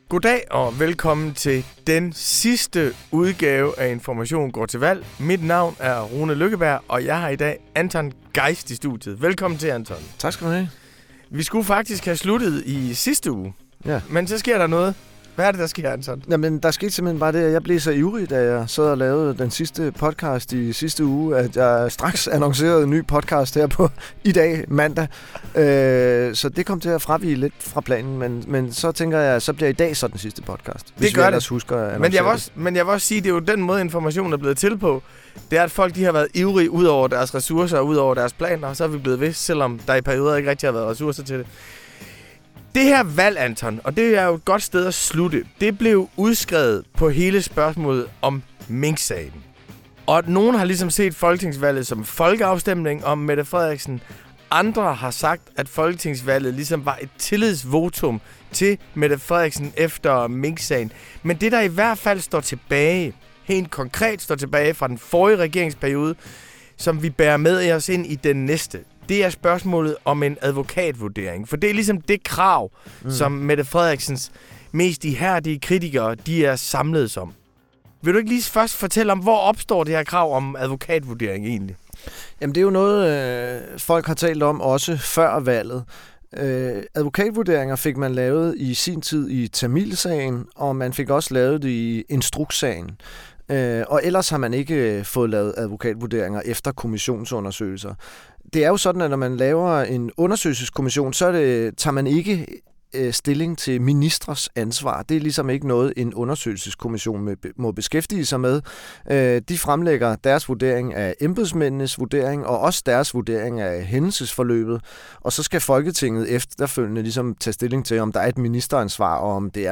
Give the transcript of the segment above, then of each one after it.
Goddag og velkommen til den sidste udgave af Information går til valg. Mit navn er Rune Lykkeberg, og jeg har i dag Anton Geist i studiet. Velkommen til, Anton. Tak skal du have. Vi skulle faktisk have sluttet i sidste uge, Ja. men så sker der noget. Hvad er det, der sker, Anton? Jamen, der skete simpelthen bare det, at jeg blev så ivrig, da jeg sad og lavede den sidste podcast i sidste uge, at jeg straks annoncerede en ny podcast her på i dag, mandag. Så det kom til at fravige lidt fra planen, men så tænker jeg, så bliver i dag så den sidste podcast. Det gør det. Husker at men jeg vil også sige, at det er jo den måde, informationen er blevet til på. Det er, at folk de har været ivrige ud over deres ressourcer og ud over deres planer, og så er vi blevet ved, selvom der i perioder ikke rigtig har været ressourcer til det. Det her valg, Anton, og det er jo et godt sted at slutte, det blev udskrevet på hele spørgsmålet om Mink-sagen. Og nogen har ligesom set folketingsvalget som folkeafstemning om Mette Frederiksen. Andre har sagt, at folketingsvalget ligesom var et tillidsvotum til Mette Frederiksen efter Mink-sagen. Men det, der i hvert fald står tilbage, helt konkret står tilbage fra den forrige regeringsperiode, som vi bærer med os ind i den næste, det er spørgsmålet om en advokatvurdering. For det er ligesom det krav, som Mette Frederiksens mest ihærdige kritikere, de er samlet om. Vil du ikke lige først fortælle om, hvor opstår det her krav om advokatvurdering egentlig? Jamen, det er jo noget, folk har talt om også før valget. Advokatvurderinger fik man lavet i sin tid i Tamilsagen, og man fik også lavet det i Instrukssagen. Og ellers har man ikke fået lavet advokatvurderinger efter kommissionsundersøgelser. Det er jo sådan, at når man laver en undersøgelseskommission, så tager man ikke stilling til ministres ansvar. Det er ligesom ikke noget, en undersøgelseskommission må beskæftige sig med. De fremlægger deres vurdering af embedsmændenes vurdering, og også deres vurdering af hændelsesforløbet. Og så skal Folketinget efterfølgende ligesom tage stilling til, om der er et ministeransvar, og om der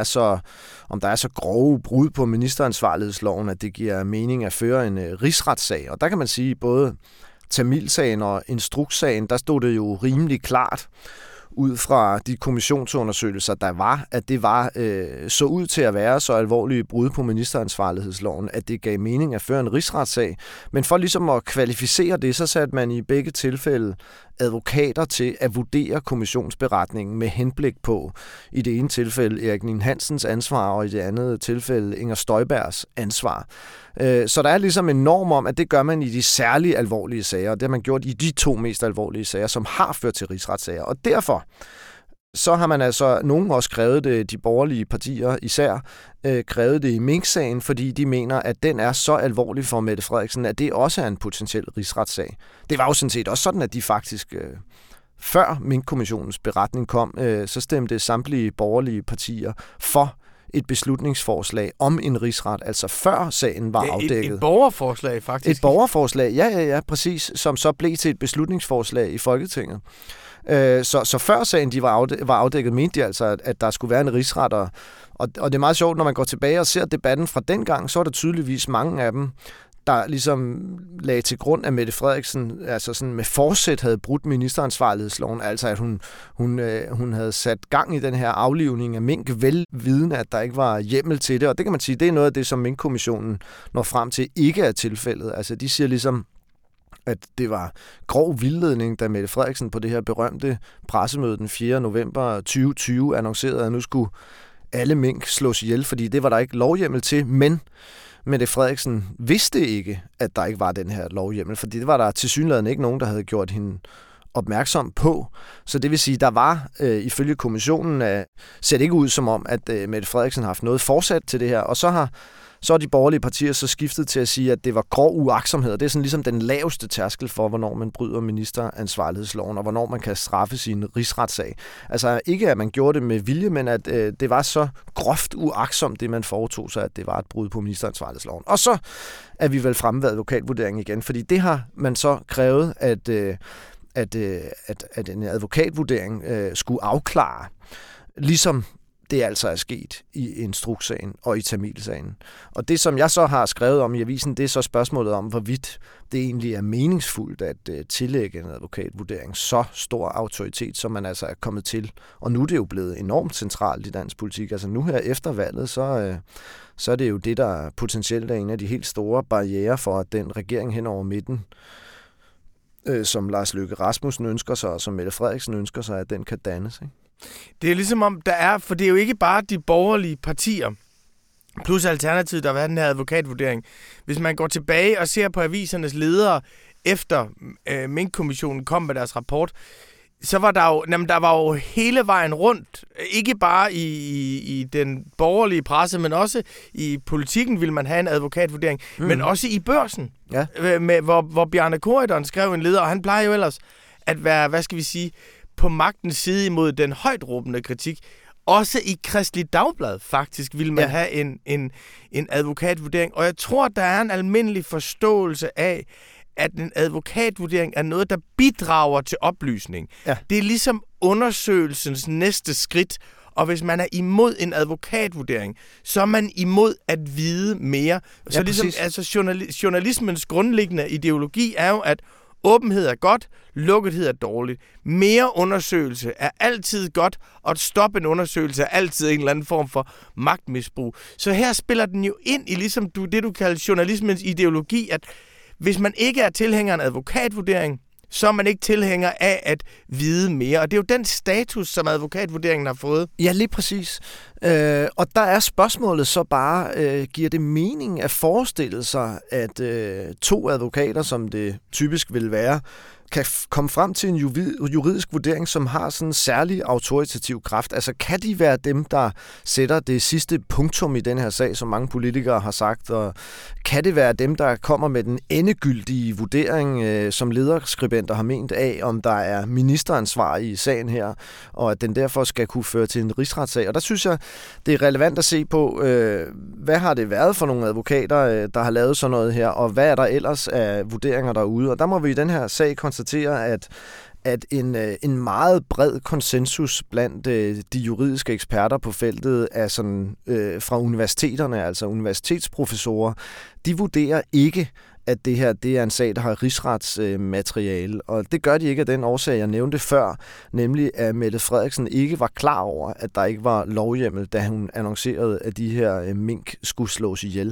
er så grove brud på ministeransvarlighedsloven, at det giver mening at føre en rigsretssag. Og der kan man sige, både Tamilsagen og Instrukssagen, der stod det jo rimelig klart, ud fra de kommissionsundersøgelser, der var, at det så ud til at være så alvorlige brud på ministeransvarlighedsloven, at det gav mening at føre en rigsretssag. Men for ligesom at kvalificere det, så satte man i begge tilfælde advokater til at vurdere kommissionsberetningen med henblik på, i det ene tilfælde Erik Ninn-Hansens ansvar, og i det andet tilfælde Inger Støjbergs ansvar. Så der er ligesom en norm om, at det gør man i de særligt alvorlige sager, og det har man gjort i de to mest alvorlige sager, som har ført til rigsretssager. Og derfor så har man altså, nogen også krævet det, de borgerlige partier især, krævet det i Mink-sagen, fordi de mener, at den er så alvorlig for Mette Frederiksen, at det også er en potentiel rigsretssag. Det var jo sådan set også sådan, at de faktisk, før Mink-kommissionens beretning kom, så stemte samtlige borgerlige partier for et beslutningsforslag om en rigsret, altså før sagen var afdækket. Et borgerforslag, faktisk. Et borgerforslag, ja, præcis, som så blev til et beslutningsforslag i Folketinget. Så før sagen de var afdækket, mente de altså, at der skulle være en rigsret, og det er meget sjovt, når man går tilbage og ser debatten fra dengang, så er der tydeligvis mange af dem, der ligesom lagde til grund, at Mette Frederiksen altså sådan med forsæt havde brudt ministeransvarlighedsloven, altså at hun havde sat gang i den her aflivning af mink, velvidende, at der ikke var hjemmel til det, og det kan man sige, det er noget af det, som Mink-kommissionen når frem til ikke er tilfældet. Altså de siger ligesom, at det var grov vildledning, da Mette Frederiksen på det her berømte pressemøde den 4. november 2020 annoncerede, at nu skulle alle mink slås ihjel, fordi det var der ikke lovhjemmel til, men Mette Frederiksen vidste ikke, at der ikke var den her lovhjemmel, fordi det var der tilsyneladende ikke nogen, der havde gjort hende opmærksom på. Så det vil sige, der var ifølge kommissionen, ser det ikke ud som om, at Mette Frederiksen har haft noget forsat til det her, og så har de borgerlige partier så skiftet til at sige, at det var grov uagtsomhed. Det er sådan ligesom den laveste tærskel for, hvornår man bryder ministeransvarlighedsloven, og hvornår man kan straffe sin rigsretssag. Altså ikke, at man gjorde det med vilje, men at det var så groft uagtsomt, det man foretog sig, at det var et brud på ministeransvarlighedsloven. Og så er vi vel fremme ved advokatvurderingen igen, fordi det har man så krævet, at en advokatvurdering skulle afklare, ligesom det altså er sket i Instrukssagen og i Tamilsagen. Og det, som jeg så har skrevet om i avisen, det er så spørgsmålet om, hvorvidt det egentlig er meningsfuldt at tillægge en advokatvurdering så stor autoritet, som man altså er kommet til. Og nu er det jo blevet enormt centralt i dansk politik. Altså nu her efter valget, så er det jo det, der potentielt er en af de helt store barrierer for, at den regering hen over midten, som Lars Løkke Rasmussen ønsker sig, og som Mette Frederiksen ønsker sig, at den kan dannes, ikke? Det er ligesom om, der er, for det er jo ikke bare de borgerlige partier, plus Alternativet, der har været den her advokatvurdering. Hvis man går tilbage og ser på avisernes ledere, efter Mink-kommissionen kom med deres rapport, så var der var jo hele vejen rundt, ikke bare i den borgerlige presse, men også i politikken ville man have en advokatvurdering, men også i Børsen, hvor Bjarne Corydon skrev en leder, og han plejer jo ellers at være, hvad skal vi sige, på magtens side imod den højtråbende kritik. Også i Kristeligt Dagblad faktisk ville man have en advokatvurdering, og jeg tror, der er en almindelig forståelse af, at en advokatvurdering er noget, der bidrager til oplysning. Ja. Det er ligesom undersøgelsens næste skridt, og hvis man er imod en advokatvurdering, så er man imod at vide mere. Så ligesom, journalismens grundlæggende ideologi er jo, at åbenhed er godt, lukkethed er dårligt. Mere undersøgelse er altid godt, og at stoppe en undersøgelse er altid en eller anden form for magtmisbrug. Så her spiller den jo ind i ligesom det, du kalder journalismens ideologi, at hvis man ikke er tilhænger af en advokatvurdering, så er man ikke tilhænger af at vide mere. Og det er jo den status, som advokatvurderingen har fået. Ja, lige præcis. Og der er spørgsmålet så bare, giver det mening at forestille sig, at to advokater, som det typisk vil være, kan komme frem til en juridisk vurdering, som har sådan en særlig autoritativ kraft? Altså, kan de være dem, der sætter det sidste punktum i den her sag, som mange politikere har sagt? Og kan det være dem, der kommer med den endegyldige vurdering, som lederskribenter har ment af, om der er ministeransvar i sagen her, og at den derfor skal kunne føre til en rigsretssag? Og der synes jeg, det er relevant at se på, hvad har det været for nogle advokater, der har lavet sådan noget her, og hvad er der ellers af vurderinger derude? Og der må vi i den her sag konstatere, at en meget bred konsensus blandt de juridiske eksperter på feltet er sådan, fra universiteterne, altså universitetsprofessorer, de vurderer ikke, at det her det er en sag, der har rigsretsmateriale. Og det gør de ikke af den årsag, jeg nævnte før, nemlig at Mette Frederiksen ikke var klar over, at der ikke var lovhjemmel, da hun annoncerede, at de her mink skulle slås ihjel.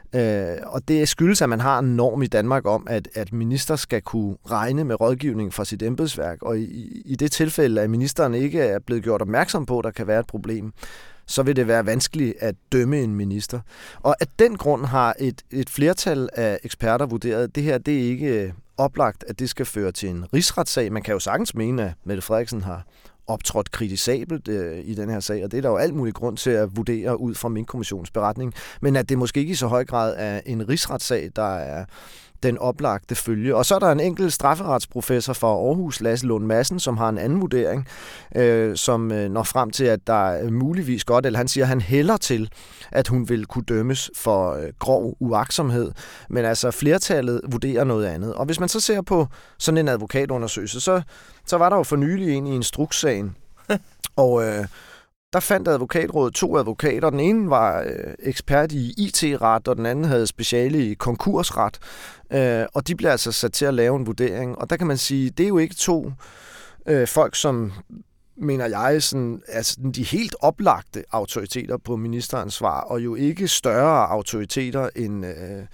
Og det skyldes, at man har en norm i Danmark om, at minister skal kunne regne med rådgivning fra sit embedsværk. Og i det tilfælde, at ministeren ikke er blevet gjort opmærksom på, at der kan være et problem, så vil det være vanskeligt at dømme en minister. Og af den grund har et flertal af eksperter vurderet, at det her det er ikke oplagt, at det skal føre til en rigsretssag. Man kan jo sagtens mene, at Mette Frederiksen har optrådt kritisabelt i den her sag, og det er der jo alt muligt grund til at vurdere ud fra Mink-kommissionens beretning, men at det måske ikke i så høj grad er en rigsretssag, der er den oplagte følge. Og så er der en enkelt strafferetsprofessor fra Aarhus, Lasse Lund Madsen, som har en anden vurdering, som når frem til, at der er muligvis godt, eller han siger, at han hælder til, at hun vil kunne dømmes for grov uagtsomhed, men altså flertallet vurderer noget andet. Og hvis man så ser på sådan en advokatundersøgelse, så var der jo for nylig en i instrukssagen, og der fandt advokatrådet 2 advokater. Den ene var ekspert i IT-ret, og den anden havde speciale i konkursret. Og de blev altså sat til at lave en vurdering. Og der kan man sige, det er jo ikke 2 folk, som, mener jeg, sådan, altså de helt oplagte autoriteter på ministeransvar, og jo ikke større autoriteter end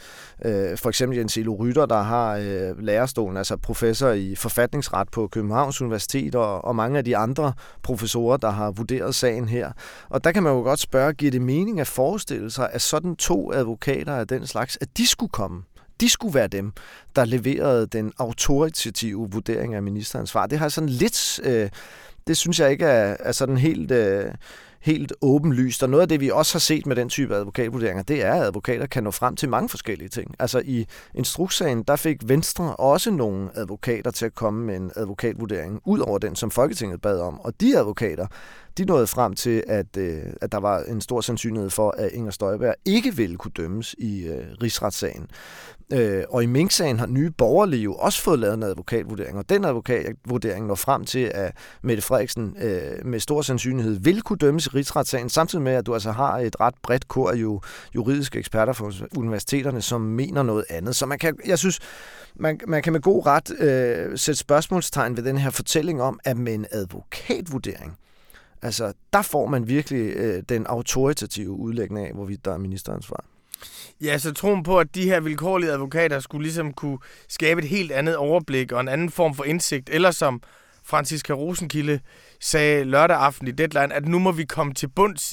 for eksempel Jens Elo Rytter, der har lærerstolen, altså professor i forfatningsret på Københavns Universitet, og mange af de andre professorer, der har vurderet sagen her. Og der kan man jo godt spørge, giver det mening at forestille sig, at sådan 2 advokater af den slags, at de skulle komme? De skulle være dem, der leverede den autoritative vurdering af ministeransvar. Det har sådan lidt... Det synes jeg ikke er sådan helt åbenlyst. Og noget af det, vi også har set med den type advokatvurderinger, det er, at advokater kan nå frem til mange forskellige ting. Altså i instrukssagen, der fik Venstre også nogle advokater til at komme med en advokatvurdering, ud over den, som Folketinget bad om. Og de advokater, de nåede frem til, at der var en stor sandsynlighed for, at Inger Støjberg ikke ville kunne dømmes i rigsretssagen. Og i Mink-sagen har Nye Borgerlige jo også fået lavet en advokatvurdering, og den advokatvurdering når frem til, at Mette Frederiksen med stor sandsynlighed vil kunne dømmes i rigsretssagen, samtidig med, at du altså har et ret bredt kor af juridiske eksperter fra universiteterne, som mener noget andet. Så jeg synes, man kan med god ret sætte spørgsmålstegn ved den her fortælling om, at med en advokatvurdering, altså der får man virkelig den autoritative udlægning af, hvorvidt der er ministeransvar. Ja, så troen på, at de her vilkårlige advokater skulle ligesom kunne skabe et helt andet overblik og en anden form for indsigt, eller som Franciska Rosenkilde sagde lørdag aften i Deadline, at nu må vi komme til bunds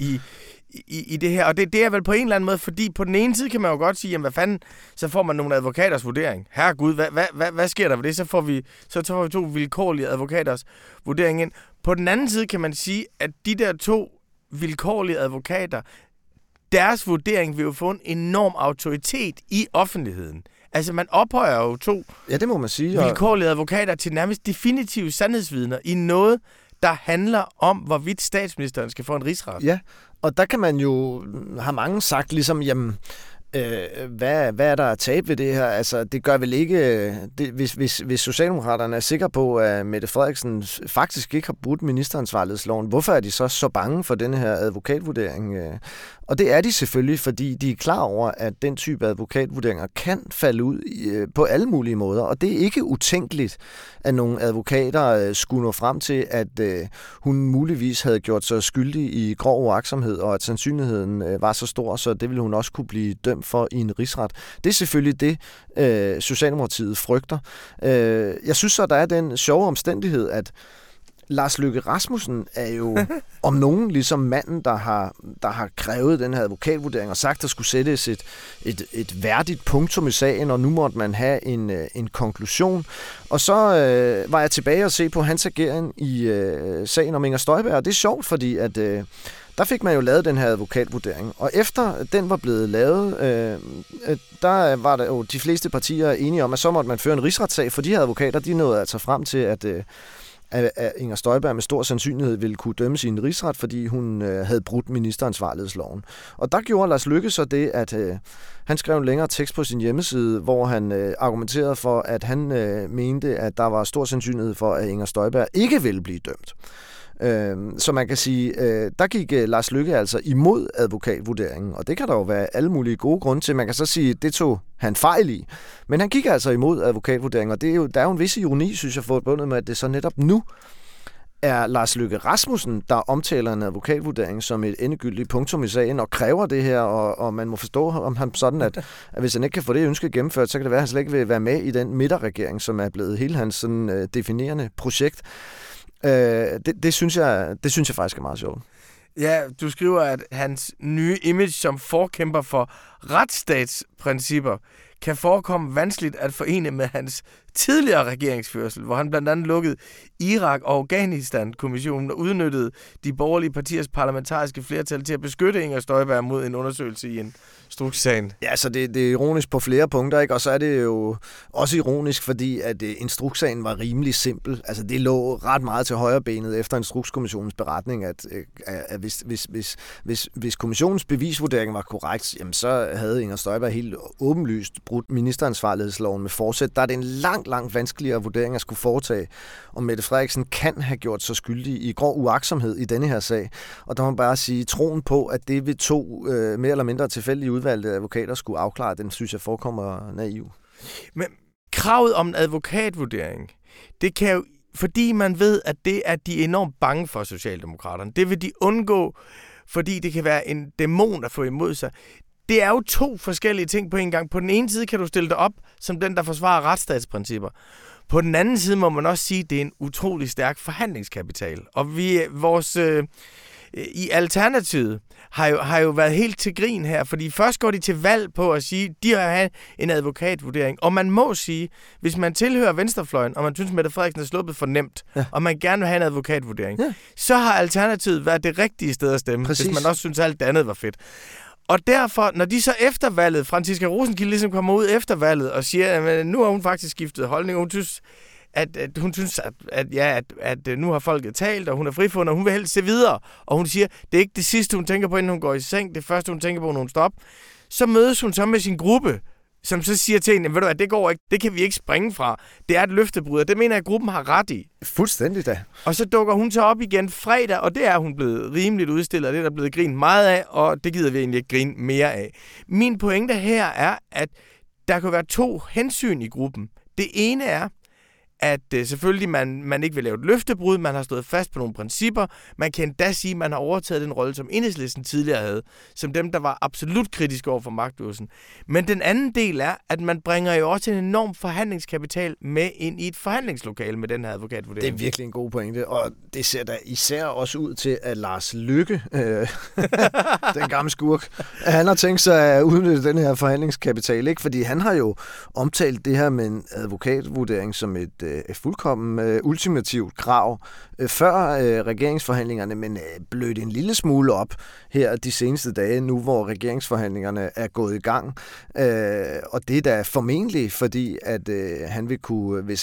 i det her. Og det er vel på en eller anden måde, fordi på den ene side kan man jo godt sige, jamen hvad fanden, så får man nogle advokaters vurdering. Herregud, hvad sker der ved det? Så får vi 2 vilkårlige advokaters vurdering ind. På den anden side kan man sige, at de der 2 vilkårlige advokater, deres vurdering vil jo få en enorm autoritet i offentligheden. Altså, man ophøjer jo 2 det må man sige, vilkårlige advokater til nærmest definitive sandhedsvidner i noget, der handler om, hvorvidt statsministeren skal få en rigsret. Ja, og der kan man jo, har mange sagt ligesom, jamen, hvad er der at tabe ved det her? Altså, det gør vel ikke... Hvis Socialdemokraterne er sikre på, at Mette Frederiksen faktisk ikke har brudt ministeransvarlighedsloven, hvorfor er de så bange for den her advokatvurdering? Og det er de selvfølgelig, fordi de er klar over, at den type advokatvurderinger kan falde ud på alle mulige måder. Og det er ikke utænkeligt, at nogle advokater skulle nå frem til, at hun muligvis havde gjort sig skyldig i grov uagtsomhed, og at sandsynligheden var så stor, så det ville hun også kunne blive dømt for i en rigsret. Det er selvfølgelig det, Socialdemokratiet frygter. Jeg synes så, der er den sjove omstændighed, at Lars Løkke Rasmussen er jo om nogen ligesom manden, der har krævet den her advokatvurdering og sagt, at der skulle sættes et værdigt punktum i sagen, og nu måtte man have en konklusion. Og så var jeg tilbage og se på hans ageren i sagen om Inger Støjberg, og det er sjovt, fordi at der fik man jo lavet den her advokatvurdering. Og efter den var blevet lavet, der var der jo de fleste partier enige om, at så måtte man føre en rigsretssag, for de her advokater, de nåede altså frem til, at Inger Støjberg med stor sandsynlighed ville kunne dømmes i en rigsret, fordi hun havde brudt ministeransvarlighedsloven. Og der gjorde Lars Løkke så det, at han skrev en længere tekst på sin hjemmeside, hvor han argumenterede for, at han mente, at der var stor sandsynlighed for, at Inger Støjberg ikke ville blive dømt. Så man kan sige, der gik Lars Løkke altså imod advokatvurderingen, og det kan der jo være alle mulige gode grunde til. Man kan så sige, at det tog han fejl i. Men han gik altså imod advokatvurderingen, og der er jo en vis ironi, synes jeg, forbundet med, at det så netop nu er Lars Løkke Rasmussen, der omtaler en advokatvurdering som et endegyldigt punktum i sagen, og kræver det her, og man må forstå om han sådan, at hvis han ikke kan få det ønske gennemført, så kan det være, at han slet ikke vil være med i den midterregering, som er blevet hele hans sådan, definerende projekt. Det synes jeg faktisk er meget sjovt. Ja, du skriver, at hans nye image som forkæmper for retsstatsprincipper kan forekomme vanskeligt at forene med hans tidligere regeringsførsel, hvor han blandt andet lukkede Irak- og Afghanistan-kommissionen og udnyttede de borgerlige partiers parlamentariske flertal til at beskytte Inger Støjberg mod en undersøgelse i en instrukssagen. Ja, så det er ironisk på flere punkter, ikke? Og så er det jo også ironisk, fordi at instrukssagen var rimelig simpel. Altså det lå ret meget til højre benet efter Instrukskommissionens beretning, at hvis kommissionens bevisvurdering var korrekt, jamen så havde Inger Støjberg helt åbenlyst brudt ministeransvarlighedsloven med forsæt. Der er det en langt vanskeligere vurdering at skulle foretage, om Mette Frederiksen kan have gjort sig skyldig i grov uagtsomhed i denne her sag. Og der må man bare sige, troen på, at det ved 2 mere eller mindre tilfældige udvalgte advokater skulle afklare, den synes jeg forekommer naiv. Men kravet om en advokatvurdering, det kan jo, fordi man ved, at det er de enormt bange for Socialdemokraterne. Det vil de undgå, fordi det kan være en dæmon at få imod sig. Det er jo 2 forskellige ting på en gang. På den ene side kan du stille dig op som den, der forsvarer retsstatsprincipper. På den anden side må man også sige, at det er en utrolig stærk forhandlingskapital. Og i Alternativet har jo været helt til grin her, fordi først går de til valg på at sige, at de har en advokatvurdering. Og man må sige, hvis man tilhører venstrefløjen, og man synes, at Mette Frederiksen er sluppet for nemt, og man gerne vil have en advokatvurdering, så har Alternativet været det rigtige sted at stemme, hvis man også synes, at alt andet var fedt. Og derfor, når de så efter valget, Franciska Rosenkilde ligesom kommer ud efter valget og siger, at nu har hun faktisk skiftet holdning, hun synes, at nu har folket talt, og hun er frifundet, og hun vil helst se videre. Og hun siger, det er ikke det sidste, hun tænker på, inden hun går i seng, det første, hun tænker på, når hun stopper. Så mødes hun så med sin gruppe, som så siger til hende, ved du hvad, det går ikke, det kan vi ikke springe fra. Det er et løftebrud, og det mener jeg, at gruppen har ret i. Fuldstændig da. Og så dukker hun så op igen fredag, og det er hun blevet rimeligt udstillet, og det er der blevet grint meget af, og det gider vi egentlig ikke grine mere af. Min pointe her er, at der kan være 2 hensyn i gruppen. Det ene er, at selvfølgelig man ikke vil lave et løftebrud, man har stået fast på nogle principper. Man kan endda sige, at man har overtaget den rolle, som Enhedslisten tidligere havde, som dem, der var absolut kritiske over for magtøvelsen. Men den anden del er, at man bringer jo også en enorm forhandlingskapital med ind i et forhandlingslokale med den her advokatvurdering. Det er virkelig en god pointe, og det ser da især også ud til, at Lars Løkke, den gamle skurk, han har tænkt sig at udnytte den her forhandlingskapital, ikke? Fordi han har jo omtalt det her med en advokatvurdering som et fuldkommen ultimativt krav før regeringsforhandlingerne, men blødt en lille smule op her de seneste dage, nu hvor regeringsforhandlingerne er gået i gang. Og det er da formentlig, fordi at han vil kunne, hvis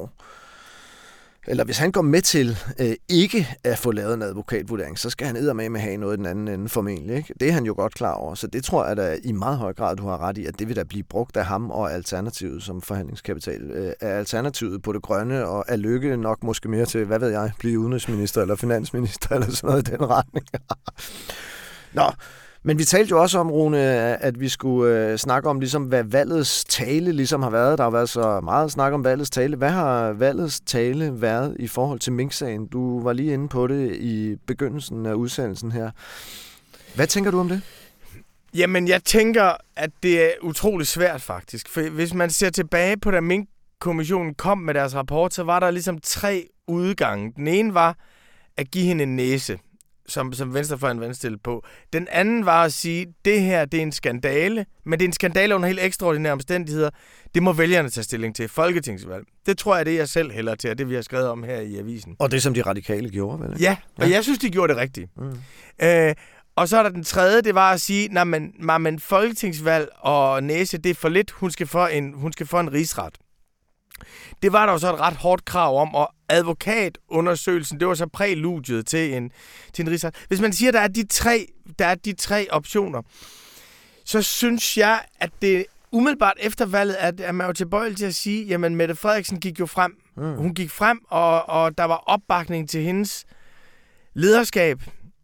han går med til ikke at få lavet en advokatvurdering, så skal han eddermame have noget i den anden ende formentlig. Ikke? Det er han jo godt klar over. Så det tror jeg da i meget høj grad, du har ret i, at det vil da blive brugt af ham og Alternativet som forhandlingskapital. Er Alternativet på det grønne, og er Løkke nok måske mere til, hvad ved jeg, blive udenrigsminister eller finansminister eller sådan noget i den retning. Nå, men vi talte jo også om, Rune, at vi skulle snakke om, ligesom, hvad valgets tale ligesom har været. Der har været så meget snak om valgets tale. Hvad har valgets tale været i forhold til Mink-sagen? Du var lige inde på det i begyndelsen af udsendelsen her. Hvad tænker du om det? Jamen, jeg tænker, at det er utrolig svært faktisk. For hvis man ser tilbage på, da Mink-kommissionen kom med deres rapport, så var der ligesom 3 udgange. Den ene var at give hende en næse, som venstrefløjen var indstillet på. Den anden var at sige, at det her det er en skandale, men det er en skandale under helt ekstraordinære omstændigheder. Det må vælgerne tage stilling til folketingsvalg. Det tror jeg, det er jeg selv hælder til, og det vi har skrevet om her i avisen. Og det, som de radikale gjorde, vel? Ja, og jeg synes, de gjorde det rigtigt. Og så er der den tredje, det var at sige, men folketingsvalg og næse, det er for lidt. Hun skal få en rigsret. Det var der jo så et ret hårdt krav om, og advokatundersøgelsen, det var så præludiet til en rigsret. Hvis man siger, at der er de tre optioner, så synes jeg, at det umiddelbart efter valget, at man jo tilbøjelig til at sige, jamen Mette Frederiksen gik jo frem. Hun gik frem, og der var opbakning til hendes lederskab.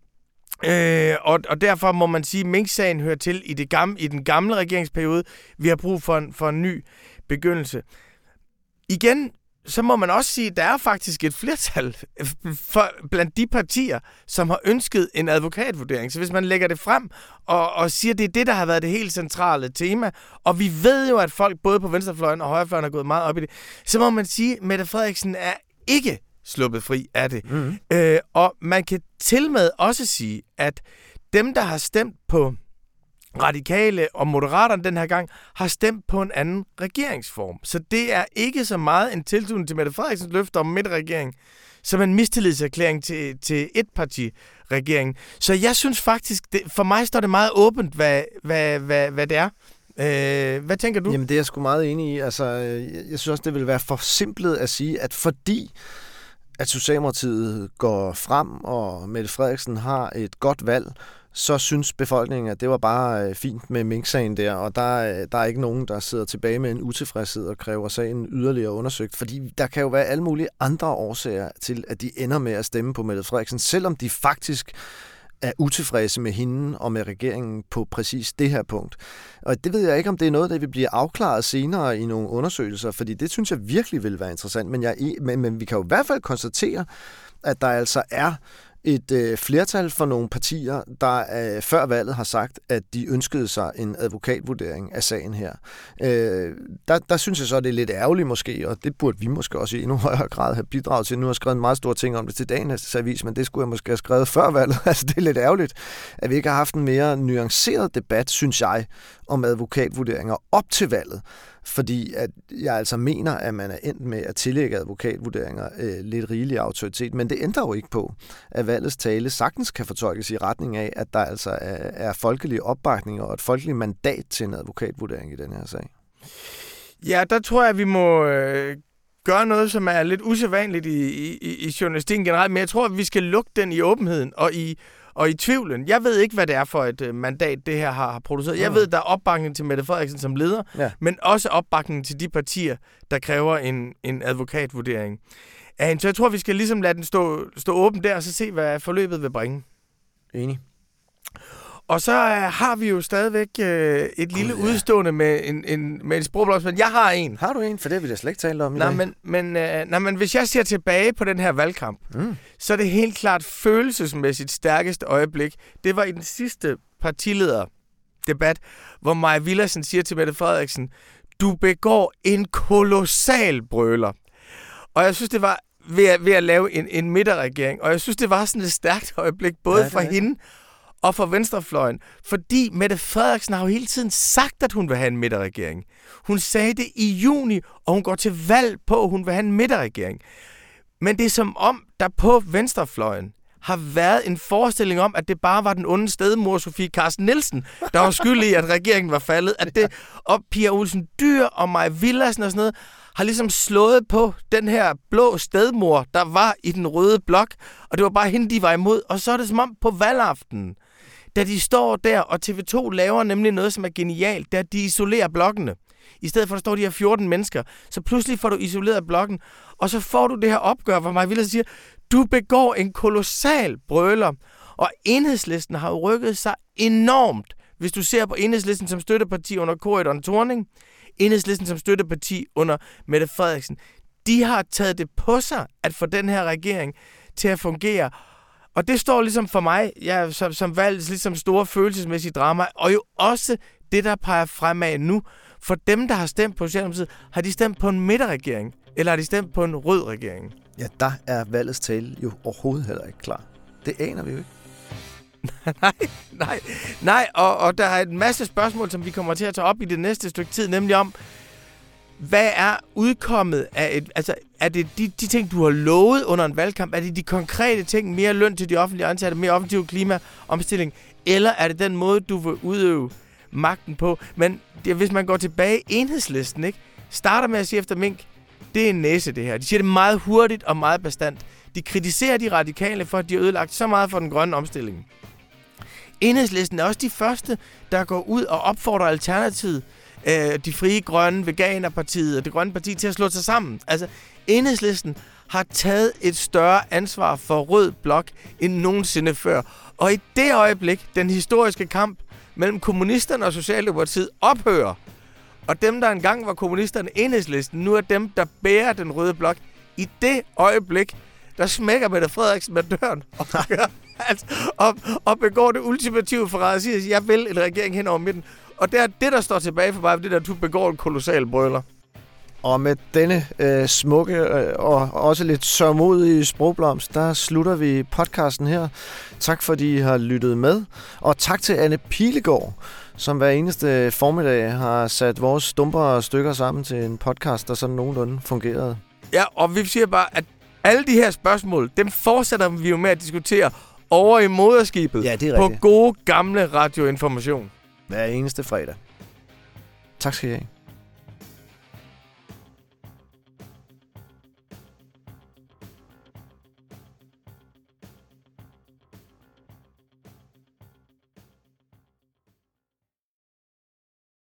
Og derfor må man sige, at Mink-sagen hører til i den gamle regeringsperiode. Vi har brug for en ny begyndelse. Igen, så må man også sige, at der er faktisk et flertal blandt de partier, som har ønsket en advokatvurdering. Så hvis man lægger det frem og siger, at det er det, der har været det helt centrale tema, og vi ved jo, at folk både på venstrefløjen og højrefløjen har gået meget op i det, så må man sige, at Mette Frederiksen er ikke sluppet fri af det. Og man kan til med også sige, at dem, der har stemt på Radikale og Moderaterne den her gang, har stemt på en anden regeringsform. Så det er ikke så meget en tilslutning til Mette Frederiksens løfte om midterregering, som en mistillidserklæring til etpartiregeringen. Så jeg synes faktisk, for mig står det meget åbent, hvad det er. Hvad tænker du? Jamen det er jeg sgu meget enig i. Altså, jeg synes også, det vil være for simpelt at sige, at fordi at Socialdemokratiet går frem, og Mette Frederiksen har et godt valg, så synes befolkningen, at det var bare fint med Mink-sagen der, og der er ikke nogen, der sidder tilbage med en utilfredshed og kræver sagen yderligere undersøgt, fordi der kan jo være alle mulige andre årsager til, at de ender med at stemme på Mette Frederiksen, selvom de faktisk er utilfredse med hende og med regeringen på præcis det her punkt. Og det ved jeg ikke, om det er noget, der vil blive afklaret senere i nogle undersøgelser, fordi det synes jeg virkelig vil være interessant, men vi kan jo i hvert fald konstatere, at der altså er et flertal for nogle partier, der før valget har sagt, at de ønskede sig en advokatvurdering af sagen her. Der synes jeg så, at det er lidt ærgerligt måske, og det burde vi måske også i endnu højere grad have bidraget til. Nu har jeg skrevet en meget stor ting om det til dagens avis, men det skulle jeg måske have skrevet før valget. Altså det er lidt ærgerligt, at vi ikke har haft en mere nuanceret debat, synes jeg, om advokatvurderinger op til valget. Fordi at jeg altså mener, at man er endt med at tillægge advokatvurderinger lidt rigelig autoritet, men det ændrer jo ikke på, at valgets tale sagtens kan fortolkes i retning af, at der altså er folkelige opbakninger og et folkeligt mandat til en advokatvurdering i den her sag. Ja, der tror jeg, vi må gøre noget, som er lidt usædvanligt i journalistikken generelt, men jeg tror, at vi skal lukke den i åbenheden og i tvivlen. Jeg ved ikke, hvad det er for et mandat, det her har produceret. Jeg ved, der er opbakning til Mette Frederiksen som leder, men også opbakning til de partier, der kræver en advokatvurdering. Så jeg tror, vi skal ligesom lade den stå åben der, og så se, hvad forløbet vil bringe. Enig. Og så har vi jo stadigvæk et lille udstående med en sprogblomst, men jeg har en. Har du en? For det har vi da slet ikke talt om i dag. Men hvis jeg ser tilbage på den her valgkamp, så er det helt klart følelsesmæssigt stærkeste øjeblik. Det var i den sidste partilederdebat, hvor Maja Villadsen siger til Mette Frederiksen, du begår en kolossal brøler. Og jeg synes, det var ved at lave en midterregering. Og jeg synes, det var sådan et stærkt øjeblik, både for hende og for venstrefløjen. Fordi Mette Frederiksen har jo hele tiden sagt, at hun vil have en midterregering. Hun sagde det i juni, og hun går til valg på, at hun vil have en midterregering. Men det er som om, der på venstrefløjen har været en forestilling om, at det bare var den onde stedmor Sofie Carsten Nielsen, der var skyld i, at regeringen var faldet. At det, og Pia Olsen Dyhr og Maja Villadsen og sådan noget, har ligesom slået på den her blå stedmor, der var i den røde blok, og det var bare hende, de var imod. Og så er det som om på valgaftenen, da de står der, og TV2 laver nemlig noget, som er genialt, da de isolerer blokkene. I stedet for, at der står de her 14 mennesker, så pludselig får du isoleret blokken, og så får du det her opgør, hvor Maja Villadsen siger, du begår en kolossal brøler. Og Enhedslisten har jo rykket sig enormt, hvis du ser på Enhedslisten som støtteparti under Corydon Thorning, Enhedslisten som støtteparti under Mette Frederiksen. De har taget det på sig at få den her regering til at fungere. Og det står ligesom for mig, som valgt ligesom store følelsesmæssige drama, og jo også det, der peger fremad nu. For dem, der har stemt på Socialdemokratiet, har de stemt på en midterregering, eller har de stemt på en rød regering? Ja, der er valgets tale jo overhovedet heller ikke klar. Det aner vi jo ikke. Nej, og der er en masse spørgsmål, som vi kommer til at tage op i det næste stykke tid, nemlig om, hvad er udkommet af er det de ting, du har lovet under en valgkamp? Er det de konkrete ting, mere løn til de offentlige ansatte, mere offensiv klimaomstilling, eller er det den måde, du vil udøve magten på? Men hvis man går tilbage, Enhedslisten, ikke, starter med at sige efter mink, det er en næse, det her. De siger det meget hurtigt og meget bastant. De kritiserer de radikale for, at de har ødelagt så meget for den grønne omstilling. Enhedslisten er også de første, der går ud og opfordrer Alternativet, de frie grønne, Veganerpartiet og det grønne parti til at slå sig sammen. Altså, Enhedslisten har taget et større ansvar for rød blok end nogensinde før. Og i det øjeblik, den historiske kamp mellem kommunisterne og Socialdemokratiet ophører, og dem, der engang var kommunisterne, Enhedslisten, nu er dem, der bærer den røde blok. I det øjeblik, der smækker Mette Frederiksen med døren og begår det ultimative forræd og siger, at jeg vil en regering hen over midten. Og det er det, der står tilbage for mig, det der, du begår en kolossal brøler. Og med denne smukke og også lidt sørgmodige sprogblomst, der slutter vi podcasten her. Tak fordi I har lyttet med. Og tak til Anne Pilegaard, som hver eneste formiddag har sat vores stumper stykker sammen til en podcast, der sådan nogenlunde fungerede. Ja, og vi siger bare, at alle de her spørgsmål, dem fortsætter vi jo med at diskutere over i moderskibet. Ja, det er på rigtigt. Gode gamle radioinformation. Hver eneste fredag. Tak skal I have.